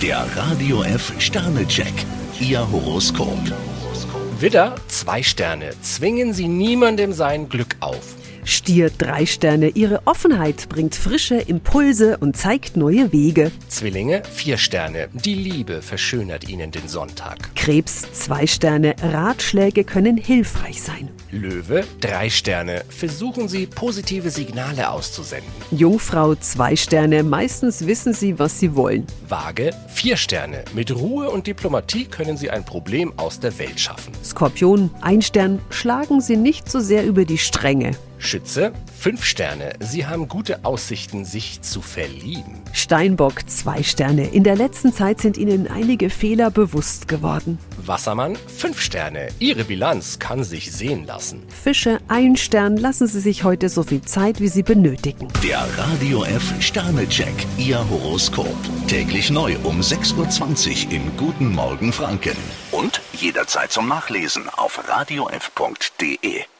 Der Radio F Sternecheck. Ihr Horoskop. Widder, 2 Sterne. Zwingen Sie niemandem sein Glück auf. Stier, 3 Sterne. Ihre Offenheit bringt frische Impulse und zeigt neue Wege. Zwillinge, 4 Sterne. Die Liebe verschönert Ihnen den Sonntag. Krebs, 2 Sterne. Ratschläge können hilfreich sein. Löwe, 3 Sterne. Versuchen Sie, positive Signale auszusenden. Jungfrau, 2 Sterne. Meistens wissen Sie, was Sie wollen. Waage, 4 Sterne. Mit Ruhe und Diplomatie können Sie ein Problem aus der Welt schaffen. Skorpion, 1 Stern. Schlagen Sie nicht so sehr über die Stränge. Schütze, 5 Sterne. Sie haben gute Aussichten, sich zu verlieben. Steinbock, 2 Sterne. In der letzten Zeit sind Ihnen einige Fehler bewusst geworden. Wassermann, 5 Sterne. Ihre Bilanz kann sich sehen lassen. Fische, 1 Stern. Lassen Sie sich heute so viel Zeit, wie Sie benötigen. Der Radio F Sternecheck. Ihr Horoskop. Täglich neu um 6:20 Uhr in Guten Morgen Franken. Und jederzeit zum Nachlesen auf radiof.de.